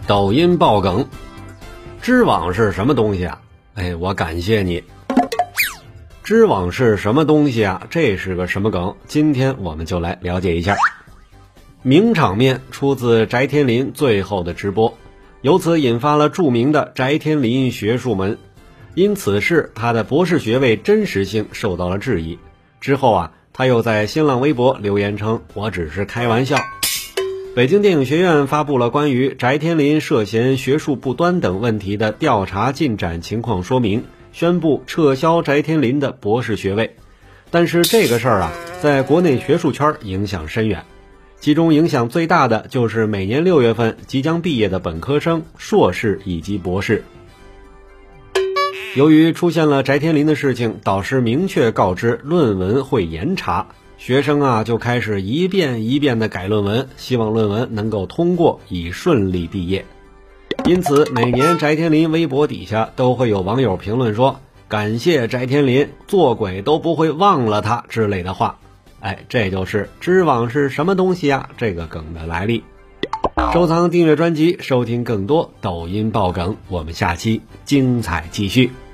抖音爆梗，知网是什么东西啊？我感谢你。知网是什么东西啊？这是个什么梗？今天我们就来了解一下。名场面出自翟天临最后的直播，由此引发了著名的翟天临学术门，因此事他的博士学位真实性受到了质疑。之后他又在新浪微博留言称，我只是开玩笑。北京电影学院发布了关于翟天临涉嫌学术不端等问题的调查进展情况说明，宣布撤销翟天临的博士学位。但是这个事儿在国内学术圈影响深远，其中影响最大的就是每年6月份即将毕业的本科生、硕士以及博士。由于出现了翟天临的事情，导师明确告知论文会严查，学生就开始一遍一遍地改论文，希望论文能够通过，以顺利毕业。因此每年翟天临微博底下都会有网友评论说，感谢翟天临，做鬼都不会忘了他之类的话。这就是知网是什么东西啊这个梗的来历。收藏订阅专辑，收听更多抖音爆梗，我们下期精彩继续。